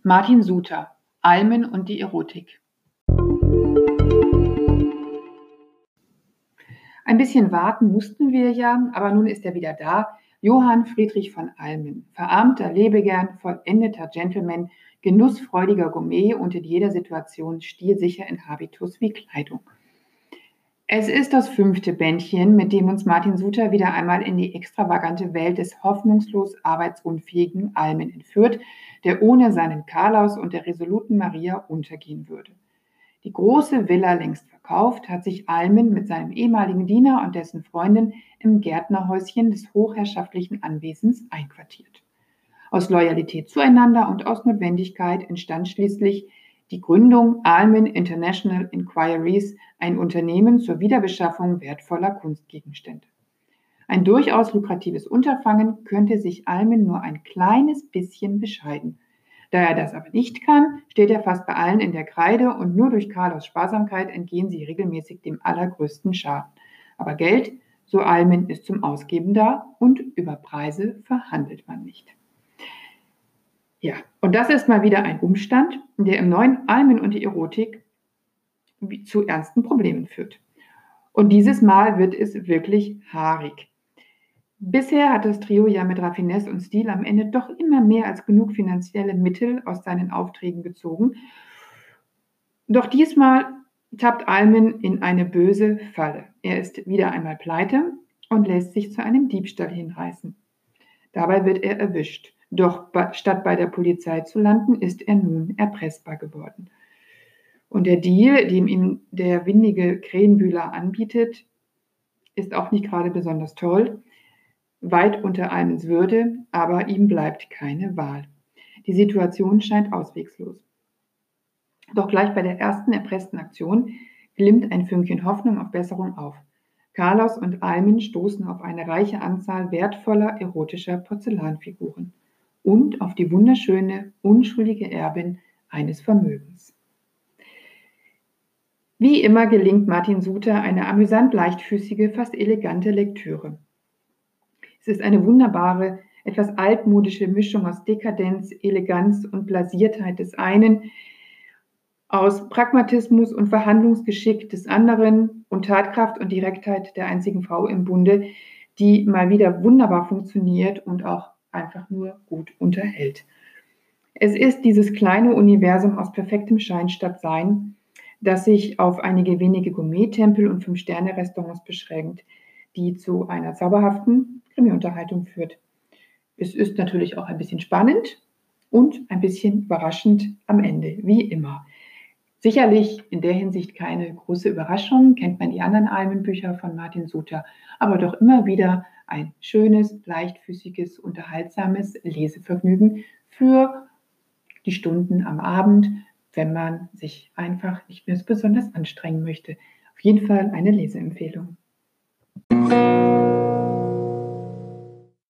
Martin Suter, Almen und die Erotik. Ein bisschen warten mussten wir ja, aber nun ist er wieder da. Johann Friedrich von Almen, verarmter, lebegern, vollendeter Gentleman, genussfreudiger Gourmet und in jeder Situation stilsicher in Habitus wie Kleidung. Es ist das 5. Bändchen, mit dem uns Martin Suter wieder einmal in die extravagante Welt des hoffnungslos arbeitsunfähigen Almen entführt, der ohne seinen Carlos und der resoluten Maria untergehen würde. Die große Villa längst verkauft, hat sich Almen mit seinem ehemaligen Diener und dessen Freundin im Gärtnerhäuschen des hochherrschaftlichen Anwesens einquartiert. Aus Loyalität zueinander und aus Notwendigkeit entstand schließlich die Gründung Almen International Inquiries, ein Unternehmen zur Wiederbeschaffung wertvoller Kunstgegenstände. Ein durchaus lukratives Unterfangen, könnte sich Almen nur ein kleines bisschen bescheiden. Da er das aber nicht kann, steht er fast bei allen in der Kreide und nur durch Carlos Sparsamkeit entgehen sie regelmäßig dem allergrößten Schaden. Aber Geld, so Almen, ist zum Ausgeben da und über Preise verhandelt man nicht. Ja, und das ist mal wieder ein Umstand, der im neuen Almen und die Erotik zu ernsten Problemen führt. Und dieses Mal wird es wirklich haarig. Bisher hat das Trio ja mit Raffinesse und Stil am Ende doch immer mehr als genug finanzielle Mittel aus seinen Aufträgen gezogen. Doch diesmal tappt Almen in eine böse Falle. Er ist wieder einmal pleite und lässt sich zu einem Diebstahl hinreißen. Dabei wird er erwischt. Doch statt bei der Polizei zu landen, ist er nun erpressbar geworden. Und der Deal, den ihm der windige Krähenbühler anbietet, ist auch nicht gerade besonders toll. Weit unter Almens Würde, aber ihm bleibt keine Wahl. Die Situation scheint auswegslos. Doch gleich bei der ersten erpressten Aktion glimmt ein Fünkchen Hoffnung auf Besserung auf. Carlos und Almen stoßen auf eine reiche Anzahl wertvoller erotischer Porzellanfiguren und auf die wunderschöne, unschuldige Erbin eines Vermögens. Wie immer gelingt Martin Suter eine amüsant leichtfüßige, fast elegante Lektüre. Es ist eine wunderbare, etwas altmodische Mischung aus Dekadenz, Eleganz und Blasiertheit des einen, aus Pragmatismus und Verhandlungsgeschick des anderen und Tatkraft und Direktheit der einzigen Frau im Bunde, die mal wieder wunderbar funktioniert und auch einfach nur gut unterhält. Es ist dieses kleine Universum aus perfektem Schein statt Sein, das sich auf einige wenige Gourmet-Tempel und 5-Sterne-Restaurants beschränkt, die zu einer zauberhaften Krimi-Unterhaltung führt. Es ist natürlich auch ein bisschen spannend und ein bisschen überraschend am Ende, wie immer. Sicherlich in der Hinsicht keine große Überraschung, kennt man die anderen Almenbücher von Martin Suter, aber doch immer wieder ein schönes, leichtfüßiges, unterhaltsames Lesevergnügen für die Stunden am Abend, wenn man sich einfach nicht mehr so besonders anstrengen möchte. Auf jeden Fall eine Leseempfehlung.